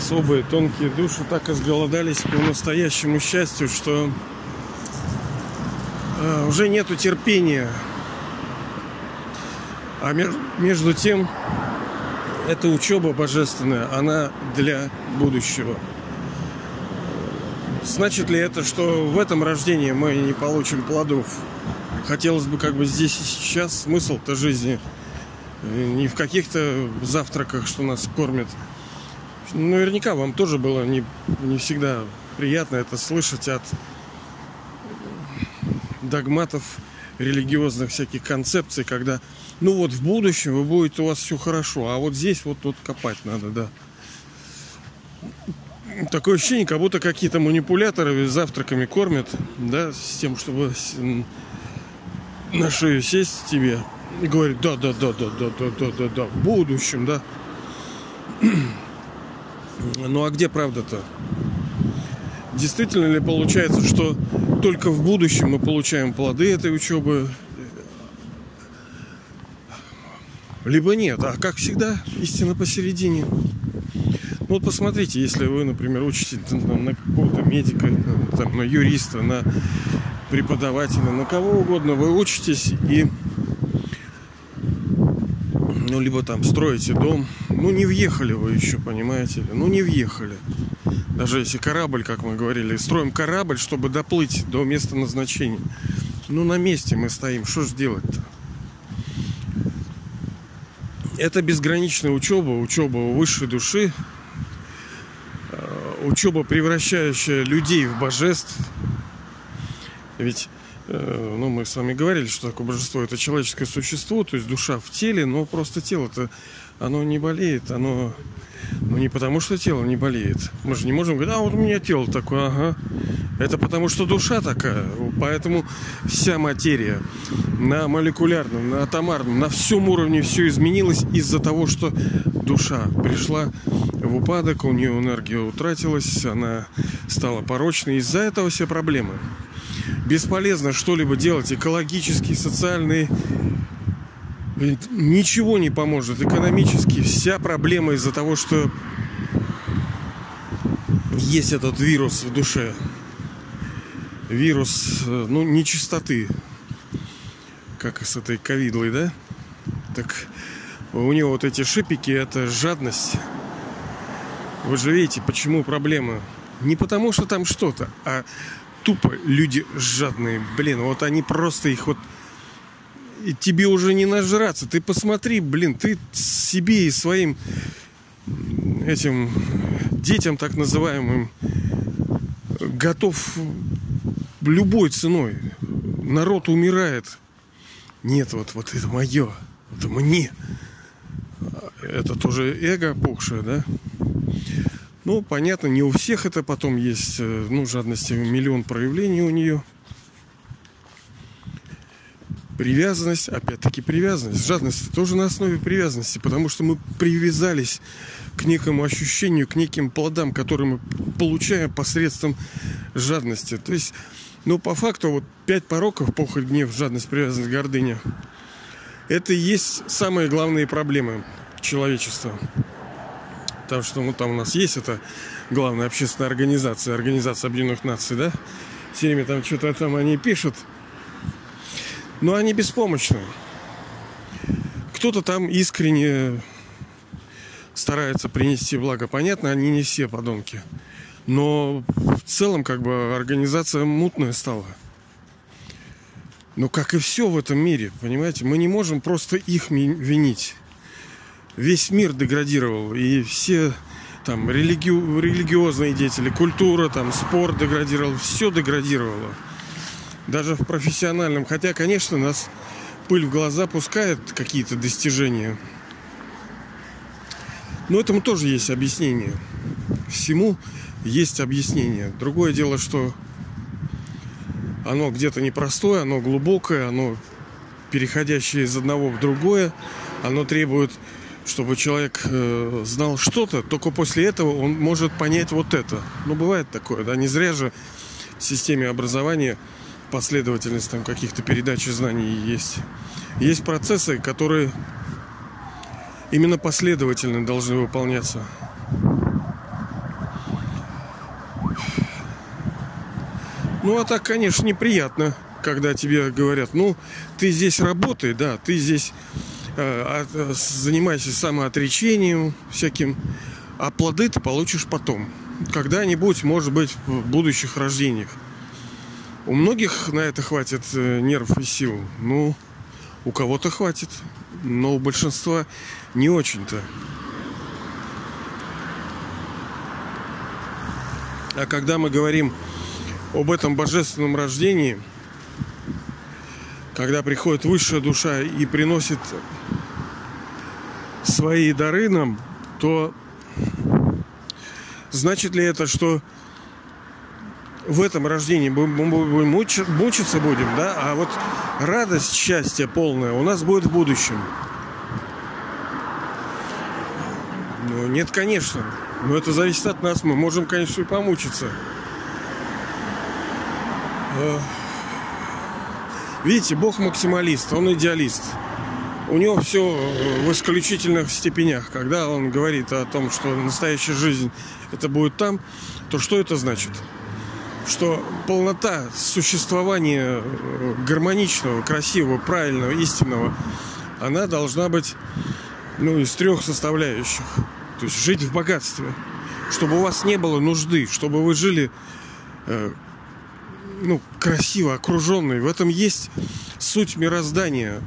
особые тонкие души так изголодались по настоящему счастью, что уже нету терпения. А между тем, эта учеба божественная, она для будущего. Значит ли это, что в этом рождении мы не получим плодов? Хотелось бы как бы здесь и сейчас смысл-то жизни не в каких-то завтраках, что нас кормят. Наверняка вам тоже было не всегда приятно это слышать от догматов религиозных всяких концепций, когда ну вот в будущем вы будете, у вас все хорошо, а вот здесь вот тут копать надо, да. Такое ощущение, как будто какие-то манипуляторы завтраками кормят, да, с тем, чтобы на шею сесть тебе и говорить, да, в будущем, да. Ну а где правда-то? Действительно ли получается, что только в будущем мы получаем плоды этой учебы? Либо нет, а как всегда, истина посередине. Ну вот посмотрите, если вы, например, учитесь на какого-то медика, там, на юриста, на преподавателя, на кого угодно вы учитесь и ну либо там строите дом, ну не въехали вы еще, понимаете ли, ну не въехали. Даже если корабль, как мы говорили, строим корабль, чтобы доплыть до места назначения. Ну на месте мы стоим, что ж делать-то? Это безграничная учеба высшей души, учеба, превращающая людей в божеств. Ведь, ну, мы с вами говорили, что такое божество. Это человеческое существо, то есть душа в теле, но просто тело-то, оно не болеет, оно... Ну, не потому, что тело не болеет. Мы же не можем говорить, а вот у меня тело такое, ага. Это потому, что душа такая. Поэтому вся материя на молекулярном, на атомарном, на всем уровне все изменилось из-за того, что душа пришла в упадок, у нее энергия утратилась, она стала порочной. Из-за этого все проблемы. Бесполезно что-либо делать экологически, социальные. Ничего не поможет экономически. Вся проблема из-за того, что есть этот вирус в душе. Вирус, ну, нечистоты. Как с этой ковидлой, да? Так у него вот эти шипики, это жадность. Вы же видите, почему проблема? Не потому, что там что-то, а тупо люди жадные. Блин, вот они просто их вот... И тебе уже не нажраться. Ты посмотри, блин, ты себе и своим этим детям, так называемым, готов любой ценой. Народ умирает. Нет, вот это мое. Это мне. Это тоже эго опухшее, да? Ну, понятно, не у всех это потом есть. Ну, жадности миллион проявлений у нее. Привязанность, опять-таки привязанность. Жадность тоже на основе привязанности, потому что мы привязались к некому ощущению, к неким плодам, которые мы получаем посредством жадности. То есть, ну, по факту, вот 5 пороков: похоть, гнев, жадность, привязанность, гордыня. Это и есть самые главные проблемы человечества. Потому что ну, там у нас есть эта главная общественная организация, Организация Объединенных Наций, да? Все время там что-то там они пишут. Но они беспомощны. Кто-то там искренне старается принести благо. Понятно, они не все подонки. Но в целом, как бы, организация мутная стала. Но как и все в этом мире, понимаете, мы не можем просто их винить. Весь мир деградировал. И все там религиозные деятели, культура, там, спорт деградировал. Все деградировало. Даже в профессиональном. Хотя, конечно, нас пыль в глаза пускает какие-то достижения. Но этому тоже есть объяснение. Всему есть объяснение. Другое дело, что оно где-то непростое, оно глубокое, оно переходящее из одного в другое. Оно требует, чтобы человек знал что-то. Только после этого он может понять вот это. Ну, бывает такое, да? Не зря же в системе образования последовательность там каких-то передач знаний есть. Есть процессы, которые именно последовательно должны выполняться. Ну, а так, конечно, неприятно, когда тебе говорят, ну, ты здесь работай, да, ты здесь занимайся самоотречением всяким, а плоды ты получишь потом. Когда-нибудь, может быть, в будущих рождениях. У многих на это хватит нервов и сил. Ну, у кого-то хватит, но у большинства не очень-то. А когда мы говорим об этом божественном рождении, когда приходит высшая душа и приносит свои дары нам, то значит ли это, что в этом рождении мы будем мучиться будем, да? А вот радость, счастье полное у нас будет в будущем. Ну, нет, конечно. Но это зависит от нас. Мы можем, конечно, и помучиться. Видите, Бог максималист, он идеалист. У него все в исключительных степенях. Когда он говорит о том, что настоящая жизнь это будет там, то что это значит? Что полнота существования гармоничного, красивого, правильного, истинного, она должна быть, ну, из 3 составляющих. То есть жить в богатстве, чтобы у вас не было нужды, чтобы вы жили ну, красиво, окруженные. В этом есть суть мироздания,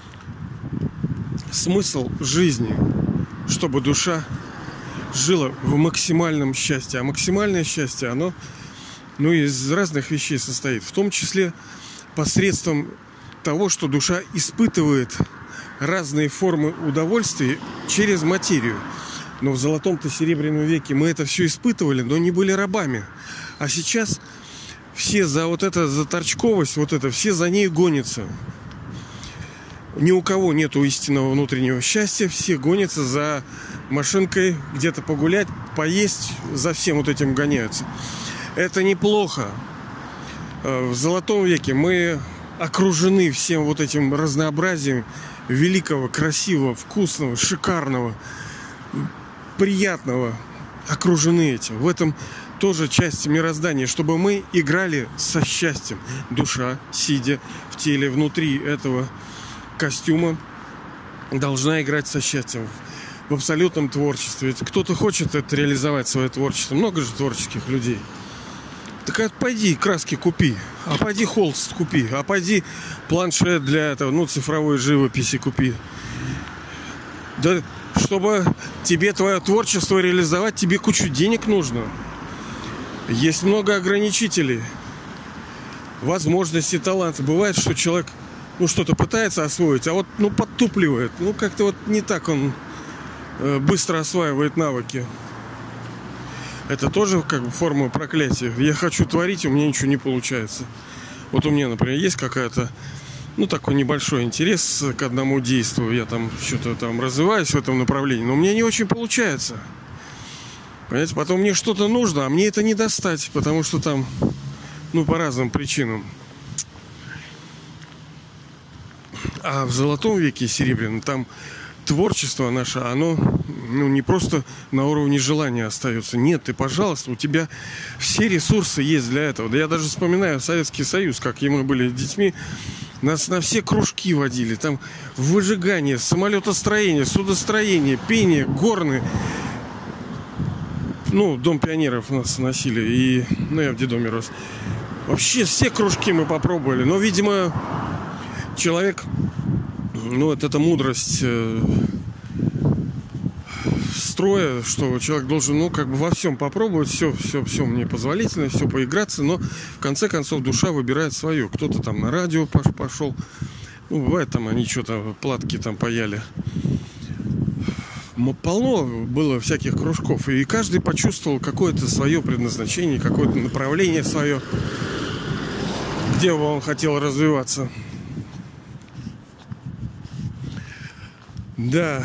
смысл жизни, чтобы душа жила в максимальном счастье. А максимальное счастье, оно из разных вещей состоит, в том числе посредством того, что душа испытывает разные формы удовольствия через материю. Но в золотом-то серебряном веке мы это все испытывали, но не были рабами. А сейчас все за вот это, за торчковость, вот это, все за ней гонятся. Ни у кого нету истинного внутреннего счастья, все гонятся за машинкой, где-то погулять, поесть, за всем вот этим гоняются. Это неплохо. В золотом веке мы окружены всем вот этим разнообразием великого, красивого, вкусного, шикарного, приятного, окружены этим. В этом тоже часть мироздания, чтобы мы играли со счастьем. Душа, сидя в теле, внутри этого костюма, должна играть со счастьем в абсолютном творчестве. Кто-то хочет это реализовать, свое творчество. Много же творческих людей. Так пойди краски купи, а пойди холст купи, а пойди планшет для этого, цифровой живописи купи. Да, чтобы тебе твое творчество реализовать, тебе кучу денег нужно. Есть много ограничителей, возможностей, таланта. Бывает, что человек, что-то пытается освоить, а вот, подтупливает. Как-то вот не так он быстро осваивает навыки. Это тоже как бы форма проклятия. Я хочу творить, у меня ничего не получается. Вот у меня, например, есть какая-то, такой небольшой интерес к одному действию. Я там что-то там развиваюсь в этом направлении, но у меня не очень получается. Понимаете, потом мне что-то нужно, а мне это не достать, потому что там, по разным причинам. А в золотом веке серебряном там творчество наше, оно не просто на уровне желания остается. Нет, ты, пожалуйста, у тебя все ресурсы есть для этого. Да я даже вспоминаю Советский Союз, как мы были детьми, нас на все кружки водили. Там выжигание, самолетостроение, судостроение, пение, горны. Дом пионеров нас носили. И, я в детдоме рос. Вообще все кружки мы попробовали. Но, видимо, человек... вот эта мудрость строя, что человек должен, во всем попробовать, все мне позволительно, все поиграться, но в конце концов душа выбирает свое. Кто-то там на радио пошел, бывает там они что-то, платки там паяли. Полно было всяких кружков, и каждый почувствовал какое-то свое предназначение, какое-то направление свое, где бы он хотел развиваться. Да.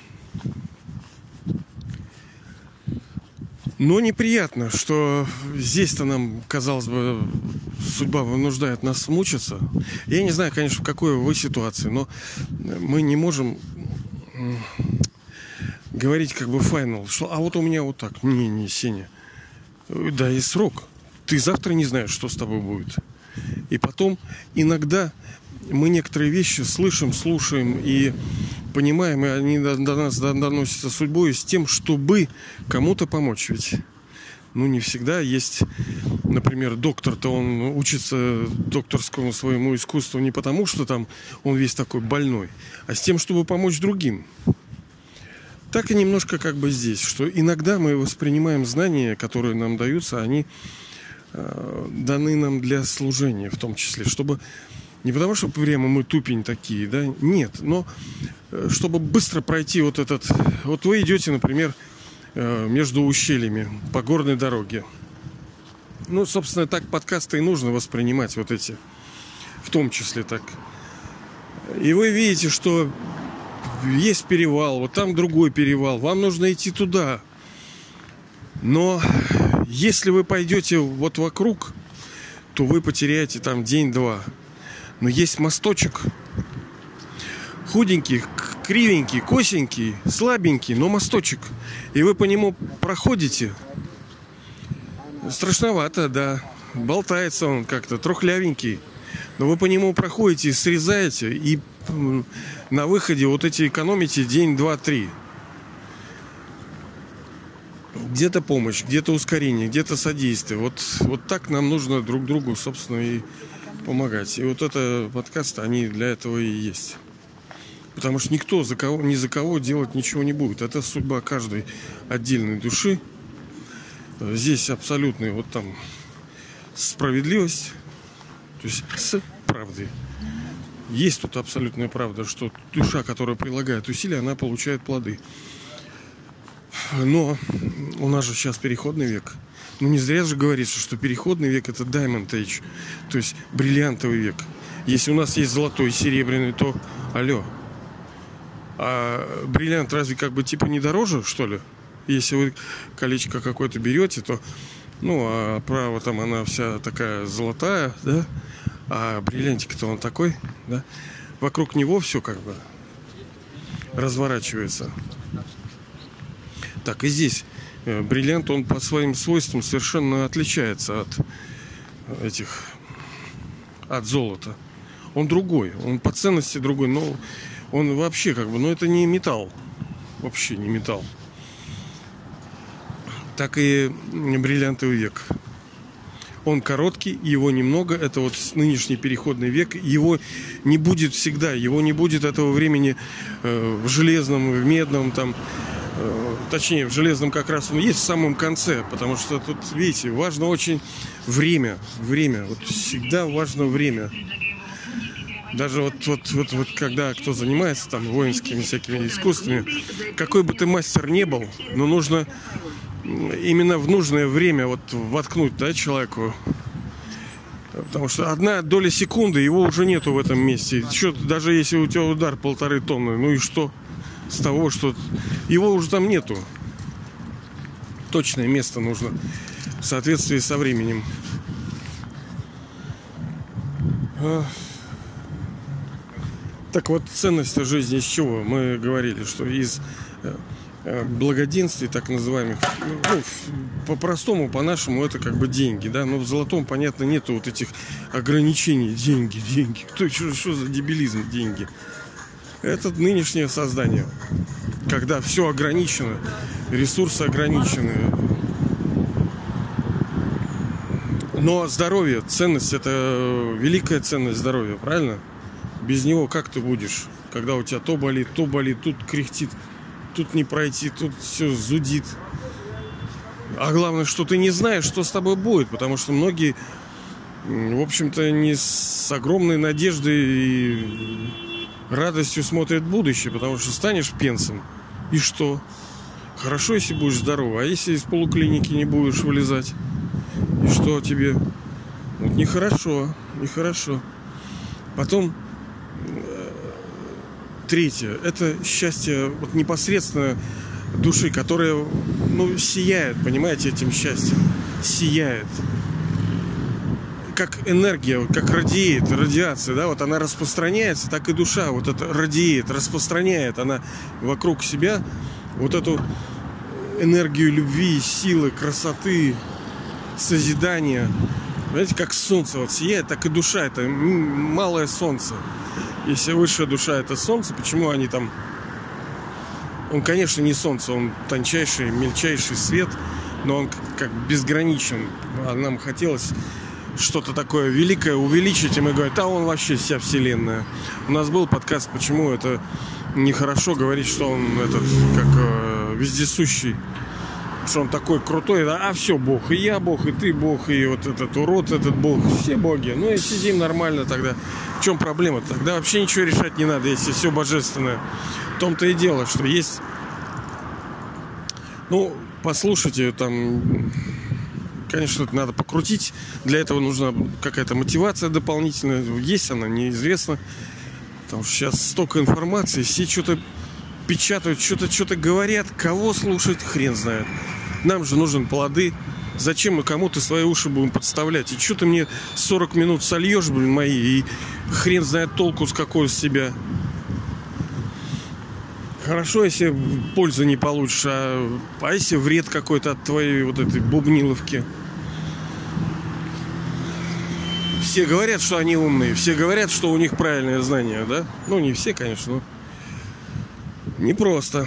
Но неприятно, что здесь-то нам, казалось бы, судьба вынуждает нас мучиться. Я не знаю, конечно, в какой вы ситуации, но мы не можем говорить как бы финал, что а вот у меня вот так. Не, Сеня. Да, есть срок. ты завтра не знаешь, что с тобой будет. И потом иногда мы некоторые вещи слышим, слушаем и понимаем, и они до нас доносятся судьбой с тем, чтобы кому-то помочь. Ведь не всегда есть, например, доктор-то он учится докторскому своему искусству не потому, что там он весь такой больной, а с тем, чтобы помочь другим. Так и немножко как бы здесь, что иногда мы воспринимаем знания, которые нам даются, они даны нам для служения в том числе, чтобы не потому, что прямо мы тупень такие, да, нет, но чтобы быстро пройти вот этот... Вот вы идете, например, между ущельями по горной дороге. Собственно, так подкасты и нужно воспринимать вот эти, в том числе так. И вы видите, что есть перевал, вот там другой перевал, вам нужно идти туда. Но если вы пойдете вот вокруг, то вы потеряете там день-два. Но есть мосточек, худенький, кривенький, косенький, слабенький, но мосточек. И вы по нему проходите. Страшновато, да. Болтается он как-то, трухлявенький. Но вы по нему проходите, срезаете, и на выходе вот эти экономите день, два, три. Где-то помощь, где-то ускорение, где-то содействие. Вот так нам нужно друг другу, собственно, и помогать. И вот это подкасты, они для этого и есть. Потому что никто ни за кого делать ничего не будет. Это судьба каждой отдельной души. Здесь абсолютная вот там справедливость. То есть с правдой. Есть тут абсолютная правда, что душа, которая прилагает усилия, она получает плоды. Но у нас же сейчас переходный век. Не зря же говорится, что переходный век — это Diamond Age, то есть бриллиантовый век. Если у нас есть золотой и серебряный, то алло. А бриллиант разве как бы типа не дороже, что ли? Если вы колечко какое-то берете, то а право там она вся такая золотая, да? А бриллиантик-то он такой, да? Вокруг него все как бы разворачивается. Так, и здесь бриллиант, он по своим свойствам совершенно отличается от золота. Он другой, он по ценности другой, но он вообще как бы, это не металл. Вообще не металл. Так и бриллиантовый век. Он короткий, его немного. Это вот нынешний переходный век. Его не будет всегда. Его не будет этого времени в железном, в медном там. Точнее, в железном как раз он есть в самом конце. Потому что тут, видите, важно очень время. Время. Вот всегда важно время. Даже вот когда кто занимается там воинскими всякими искусствами, какой бы ты мастер не был, но нужно именно в нужное время воткнуть, да, человеку. Потому что одна доля секунды, его уже нету в этом месте. Даже если у тебя удар 1,5 тонны, и что с того, что его уже там нету. Точное место нужно в соответствии со временем. Так вот, ценность жизни из чего? Мы говорили, что из благоденствий, так называемых, по-простому, по-нашему, это как бы деньги, да, но в золотом, понятно, нету вот этих ограничений. Деньги. Что за дебилизм деньги? Это нынешнее создание, когда все ограничено, ресурсы ограничены. Но здоровье, ценность, это великая ценность здоровья, правильно? Без него как ты будешь, когда у тебя то болит, тут кряхтит, тут не пройти, тут все зудит. А главное, что ты не знаешь, что с тобой будет, потому что многие, в общем-то, не с огромной надеждой и радостью смотрят в будущее, потому что станешь пенсом, и что? Хорошо, если будешь здоров, а если из полуклиники не будешь вылезать, и что тебе? Нехорошо. Потом третье, это счастье непосредственно души, которая сияет, понимаете, этим счастьем. Сияет. Как энергия, как радиет, радиация, да, она распространяется, так и душа это радиет, распространяет она вокруг себя эту энергию любви, силы, красоты, созидания. Знаете, как солнце вот сияет, так и душа. Это малое солнце. Если высшая душа это солнце, почему они там... Он, конечно, не солнце, он тончайший, мельчайший свет, но он как безграничен. А нам хотелось что-то такое великое увеличить, и мы говорим, а он вообще вся вселенная. У нас был подкаст, почему это нехорошо говорить, что он этот, как вездесущий, что он такой крутой, а все Бог, и я Бог, и ты Бог, и вот этот урод, этот Бог, все боги. Ну и сидим нормально тогда. В чем проблема? Тогда вообще ничего решать не надо, если все божественное. В том-то и дело, что есть... Ну, послушайте, там... Конечно, это надо покрутить. Для этого нужна какая-то мотивация дополнительная. Есть она, неизвестно. Потому что сейчас столько информации, все что-то печатают, что-то говорят. Кого слушать, хрен знает. Нам же нужны плоды. Зачем мы кому-то свои уши будем подставлять? И что ты мне 40 минут сольешь, блин, мои, и хрен знает толку с какой из себя. Хорошо, если пользы не получишь, а если вред какой-то от твоей вот этой бубниловки. Все говорят, что они умные, все говорят, что у них правильное знание, да? Ну, не все, конечно, но непросто.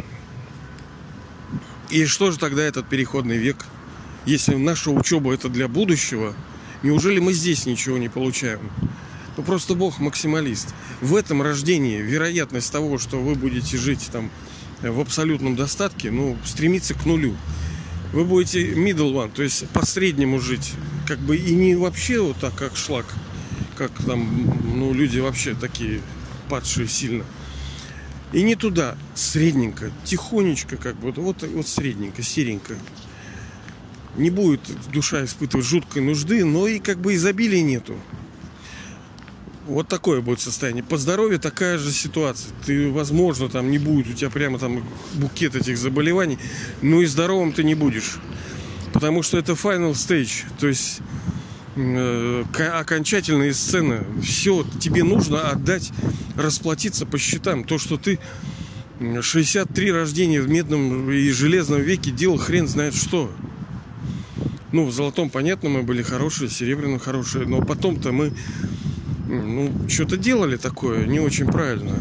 И что же тогда этот переходный век? Если наша учеба это для будущего, неужели мы здесь ничего не получаем? Ну, просто Бог максималист. В этом рождении вероятность того, что вы будете жить там в абсолютном достатке, ну, стремится к нулю. Вы будете middle one, то есть по среднему жить. Как бы и не вообще вот так, как шлак, как там, ну, люди вообще такие падшие сильно. И не туда, средненько, тихонечко, как бы, вот средненько, серенько. Не будет душа испытывать жуткой нужды, но и как бы изобилия нету. Вот такое будет состояние. По здоровью такая же ситуация. Ты, возможно, там не будет у тебя прямо там букет этих заболеваний, но и здоровым ты не будешь. Потому что это final stage, то есть окончательная сцена. Все, тебе нужно отдать, расплатиться по счетам. То, что ты 63 рождения в медном и железном веке делал хрен знает что. Ну, в золотом, понятно, мы были хорошие, в серебряном хорошие, но потом-то мы, ну, что-то делали такое не очень правильно.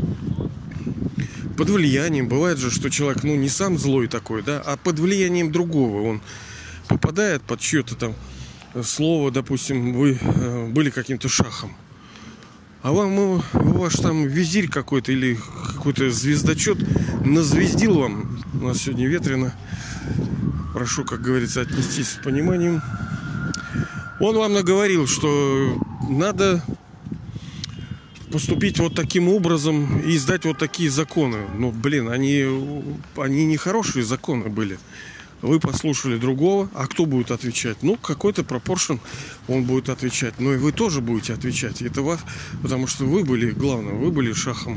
Под влиянием. Бывает же, что человек, ну, не сам злой такой, да, а под влиянием другого. Он попадает под чье-то там слово, допустим, вы были каким-то шахом. А вам ваш там визирь какой-то или какой-то звездочет назвездил вам. У нас сегодня ветрено. Прошу, как говорится, отнестись с пониманием. Он вам наговорил, что надо поступить вот таким образом и издать вот такие законы. Ну, блин, они не хорошие законы были. Вы послушали другого, а кто будет отвечать? Ну, какой-то пропоршн он будет отвечать. Но и вы тоже будете отвечать. Это вас, потому что вы были главным, вы были шахом.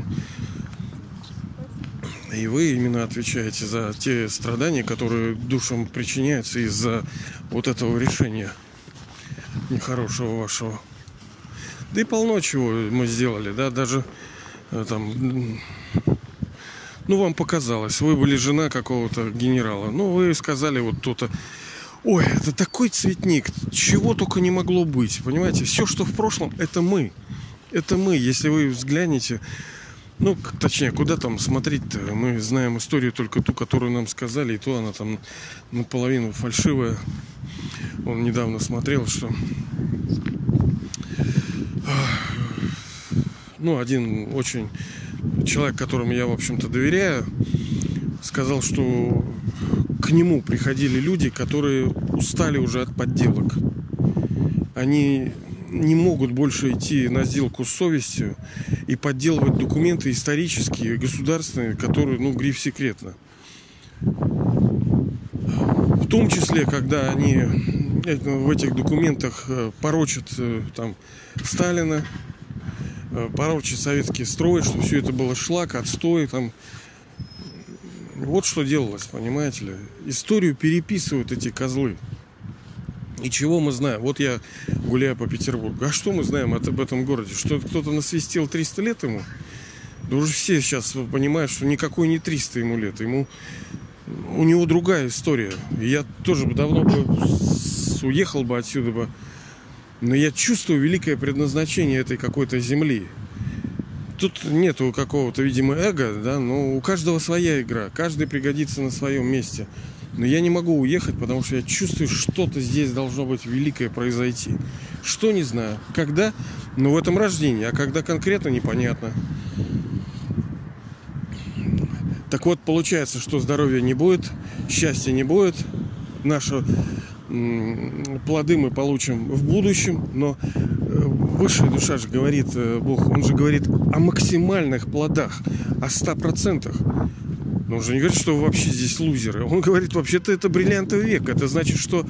И вы именно отвечаете за те страдания, которые душам причиняются из-за вот этого решения нехорошего вашего. Да и полно чего мы сделали, да, даже там, ну, вам показалось, вы были жена какого-то генерала, ну, вы сказали вот то-то, ой, это такой цветник, чего только не могло быть, понимаете, все, что в прошлом, это мы, если вы взглянете, ну, точнее, куда там смотреть-то, мы знаем историю только ту, которую нам сказали, и то она там наполовину фальшивая. Он недавно смотрел, что ну, один очень человек, которому я, в общем-то, доверяю, сказал, что к нему приходили люди, которые устали уже от подделок. Они не могут больше идти на сделку с совестью и подделывать документы исторические, государственные, которые, ну, гриф секретно. В том числе, когда они в этих документах порочат там Сталина, порочат советский строй, что все это было шлак, отстой, там. Вот что делалось, понимаете ли. Историю переписывают эти козлы. И чего мы знаем? Вот я гуляю по Петербургу. А что мы знаем об этом городе? Что кто-то насвистел 300 лет ему? Да уже все сейчас понимают, что никакой не 300 ему лет. Ему у него другая история. Я тоже бы давно бы уехал бы отсюда бы. Но я чувствую великое предназначение этой какой-то земли. Тут нету какого-то, видимо, эго, да, но у каждого своя игра. Каждый пригодится на своем месте. Но я не могу уехать, потому что я чувствую, что-то здесь должно быть великое произойти. Что, не знаю. Когда? Ну, в этом рождении. А когда конкретно, непонятно. Так вот, получается, что здоровья не будет, счастья не будет. Наши плоды мы получим в будущем. Но высшая душа же говорит, Бог, он же говорит о максимальных плодах, о 100%. Но он же не говорит, что вы вообще здесь лузеры. Он говорит, вообще-то это бриллиантовый век. Это значит, что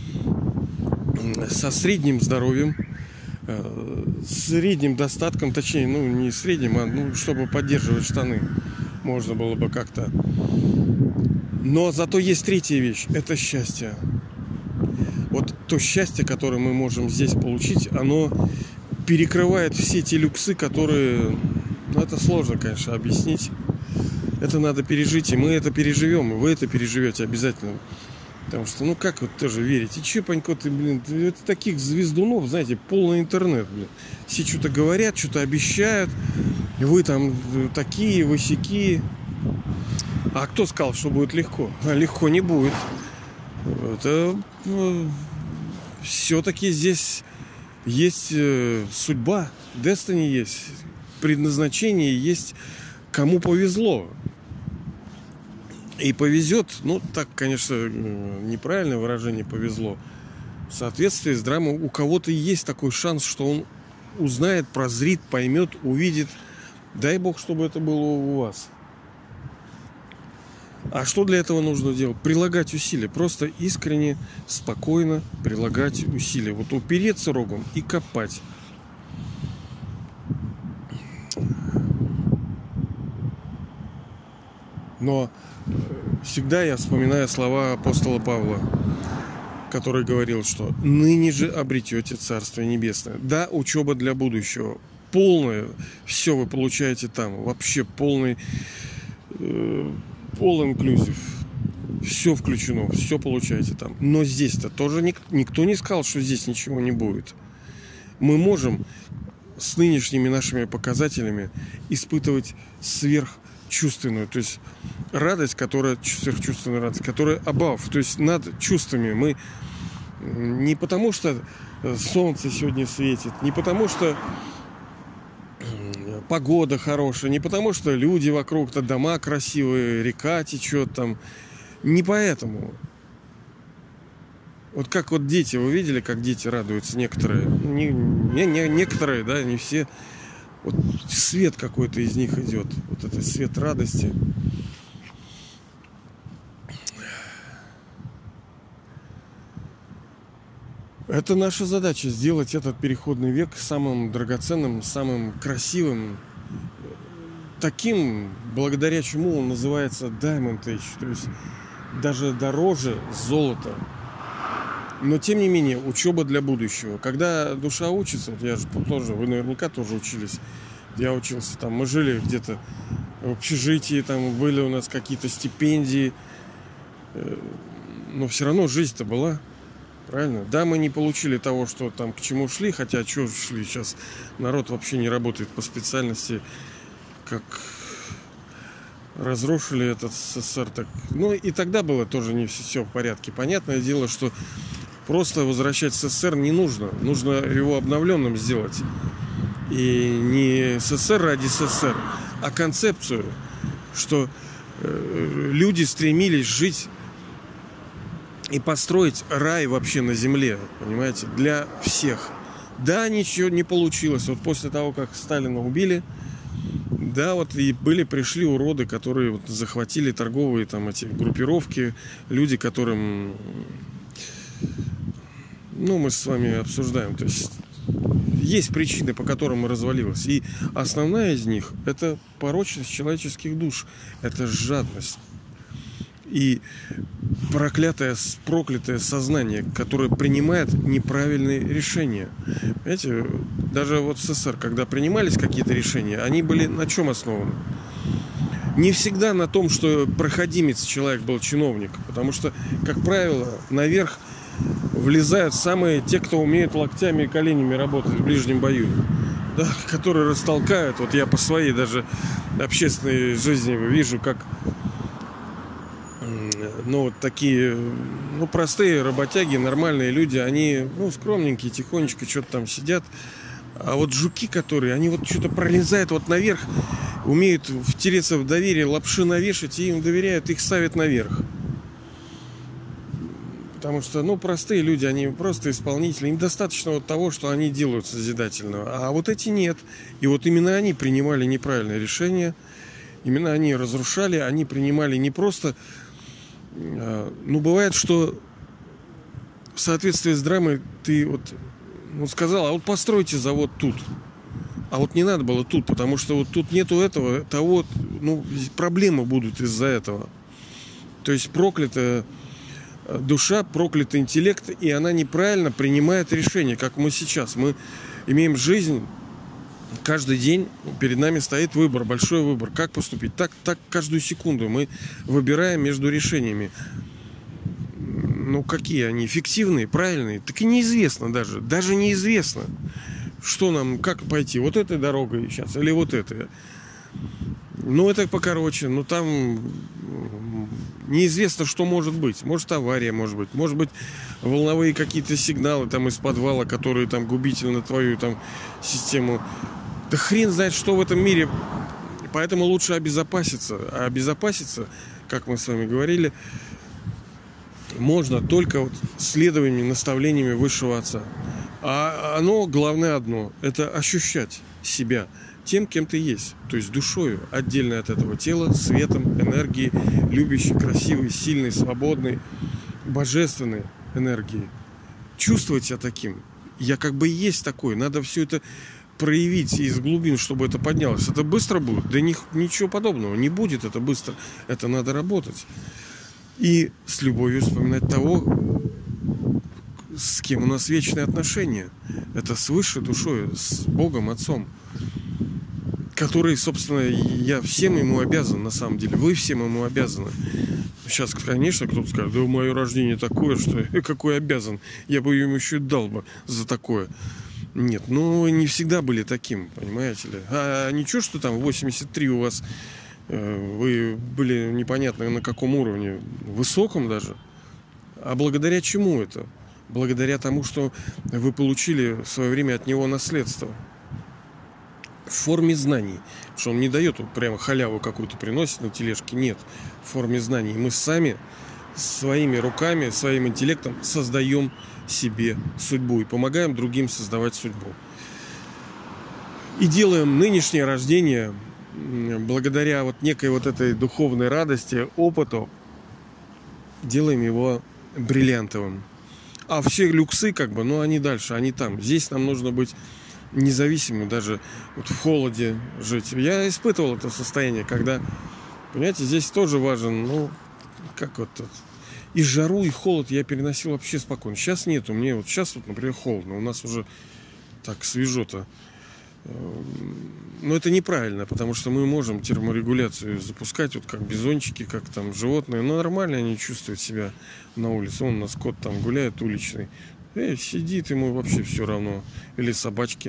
со средним здоровьем, средним достатком, точнее, ну не средним, а чтобы поддерживать штаны, можно было бы как-то. Но зато есть третья вещь. Это счастье. Вот то счастье, которое мы можем здесь получить, оно перекрывает все те люксы, которые... Ну, это сложно, конечно, объяснить. Это надо пережить, и мы это переживем, и вы это переживете обязательно. Потому что, ну как вот тоже верить? И чепанько ты, блин, это таких звездунов, знаете, полный интернет, блин. Все что-то говорят, что-то обещают. Вы там такие, вы сякие. А кто сказал, что будет легко? А легко не будет. Это все-таки здесь есть судьба, destiny есть, предназначение есть, кому повезло. И повезет, ну так, конечно, неправильное выражение повезло. В соответствии с драмой у кого-то есть такой шанс, что он узнает, прозрит, поймет, увидит. Дай Бог, чтобы это было у вас. А что для этого нужно делать? Прилагать усилия. Просто искренне, спокойно прилагать усилия. Вот упереться рогом и копать. Но всегда я вспоминаю слова апостола Павла, который говорил, что ныне же обретете Царствие Небесное. Да, учеба для будущего. Полное. Все вы получаете там. Вообще полный all-inclusive. Все включено. Все получаете там. Но здесь-то тоже никто не сказал, что здесь ничего не будет. Мы можем с нынешними нашими показателями испытывать сверхчувственную, то есть радость, которая сверхчувственная радость, которая above, то есть над чувствами. Мы не потому, что солнце сегодня светит, не потому, что погода хорошая, не потому, что люди вокруг-то, дома красивые, река течет там. Не поэтому. Вот как вот дети, вы видели, как дети радуются некоторые? Некоторые, да, не все. Вот свет какой-то из них идет. Вот это свет радости. Это наша задача, сделать этот переходный век самым драгоценным, самым красивым, таким, благодаря чему он называется Diamond Age, то есть даже дороже золота. Но тем не менее, учеба для будущего. Когда душа учится, вот я же тоже, вы наверняка тоже учились, я учился там, мы жили где-то в общежитии, там были у нас какие-то стипендии, но все равно жизнь-то была. Правильно? Да, мы не получили того, что там к чему шли, хотя что шли сейчас, народ вообще не работает по специальности, как разрушили этот СССР. Так. Ну и тогда было тоже не все в порядке. Понятное дело, что просто возвращать СССР не нужно. Нужно его обновленным сделать. И не СССР ради СССР, а концепцию, что люди стремились жить и построить рай вообще на земле, понимаете, для всех. Да, ничего не получилось. Вот после того, как Сталина убили, да, вот и пришли уроды, которые вот захватили торговые там эти группировки, люди, которым, ну, мы с вами обсуждаем, то есть причины, по которым развалилось. И основная из них – это порочность человеческих душ, это жадность. И проклятое сознание, которое принимает неправильные решения. Понимаете, даже вот в СССР, когда принимались какие-то решения, они были на чем основаны? Не всегда на том, что проходимец человек был чиновник, потому что, как правило, наверх влезают самые те, кто умеет локтями и коленями работать в ближнем бою, да, которые растолкают. Вот я по своей даже общественной жизни вижу, как вот такие простые работяги, нормальные люди, они скромненькие, тихонечко что-то там сидят. А вот жуки, которые, они вот что-то пролезают вот наверх, умеют втереться в доверие, лапши навешать, и им доверяют, их ставят наверх. Потому что, простые люди, они просто исполнители. Им достаточно вот того, что они делают созидательного. А вот эти нет. И вот именно они принимали неправильные решения. Именно они разрушали, они принимали не просто... бывает, что в соответствии с драмой ты сказал, а вот постройте завод тут. А вот не надо было тут, потому что вот тут нету этого, того, проблемы будут из-за этого. То есть проклятая душа, проклятый интеллект, и она неправильно принимает решения, как мы сейчас. Мы имеем жизнь, каждый день перед нами стоит выбор, большой выбор. Как поступить? Так каждую секунду мы выбираем между решениями. Какие они? Фиктивные, правильные? Так и неизвестно даже неизвестно, что нам, как пойти, вот этой дорогой сейчас или вот этой. Это покороче, там неизвестно, что может быть. Может авария, может быть волновые какие-то сигналы там из подвала, которые там губительны твою там систему. Да хрен знает, что в этом мире. Поэтому лучше обезопаситься. А обезопаситься, как мы с вами говорили, можно только следованиями, наставлениями высшего отца. А оно, главное одно, это ощущать себя тем, кем ты есть. То есть душою, отдельно от этого тела, светом, энергией, любящей, красивой, сильной, свободной, божественной энергией. Чувствовать себя таким. Я как бы есть такой. Надо все это проявить из глубин, чтобы это поднялось. Это быстро будет? Да ничего подобного. Не будет это быстро. Это надо работать. И с любовью вспоминать того, с кем у нас вечные отношения. Это с высшей душой, с Богом, Отцом, который, собственно, я всем ему обязан, на самом деле. Вы всем ему обязаны. Сейчас, конечно, кто-то скажет, да мое рождение такое, что я какой обязан. Я бы ему еще дал бы за такое. Нет, не всегда были таким, понимаете ли. А ничего, что там 83 у вас, вы были непонятно на каком уровне, высоком даже. А благодаря чему это? Благодаря тому, что вы получили в свое время от него наследство. В форме знаний. Потому что он не дает прямо халяву какую-то приносит на тележке. Нет. В форме знаний. Мы сами своими руками, своим интеллектом создаем себе судьбу и помогаем другим создавать судьбу. И делаем нынешнее рождение благодаря некой этой духовной радости, опыту, делаем его бриллиантовым. А все люксы, они дальше, они там. Здесь нам нужно быть независимым, даже в холоде жить. Я испытывал это состояние, когда, понимаете, здесь тоже важен, и жару, и холод я переносил вообще спокойно. Сейчас нету, мне сейчас, например, холодно. У нас уже так свежо-то. Но это неправильно, потому что мы можем терморегуляцию запускать, как бизончики, как там животные. Но нормально они чувствуют себя на улице. У нас кот там гуляет уличный. Сидит, ему вообще все равно. Или собачки.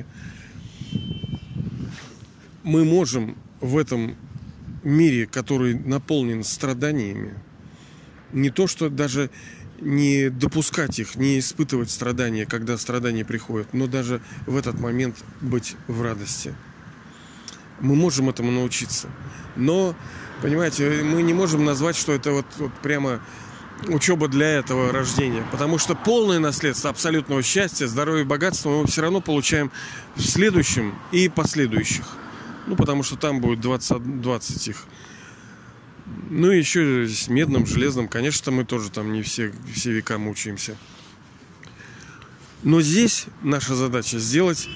Мы можем в этом мире, который наполнен страданиями, не то что даже не допускать их, не испытывать страдания, когда страдания приходят, но даже в этот момент быть в радости. Мы можем этому научиться. Но, понимаете, мы не можем назвать, что это прямо учеба для этого рождения. Потому что полное наследство абсолютного счастья, здоровья и богатства мы все равно получаем в следующем и последующих. Потому что там будет 20 их. И еще с медным, железным, конечно, мы тоже там не все века мучаемся. Но здесь наша задача сделать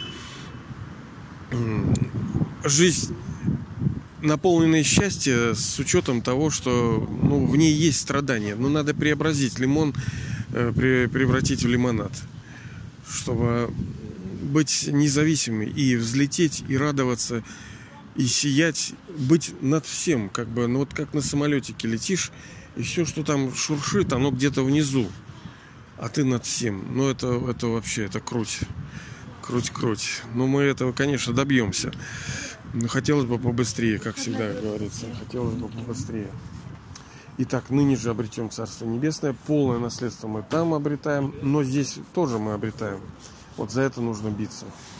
жизнь наполненной счастьем с учетом того, что в ней есть страдания. Но надо преобразить лимон, превратить в лимонад, чтобы быть независимыми и взлететь, и радоваться, и сиять, быть над всем, как бы, ну вот как на самолетике летишь, и все, что там шуршит, оно где-то внизу, а ты над всем. Ну это вообще, это круть. Круть. Но мы этого, конечно, добьемся. Но хотелось бы побыстрее, как всегда говорится. Хотелось бы побыстрее. Итак, ныне же обретем Царство Небесное. Полное наследство мы там обретаем, но здесь тоже мы обретаем. Вот за это нужно биться.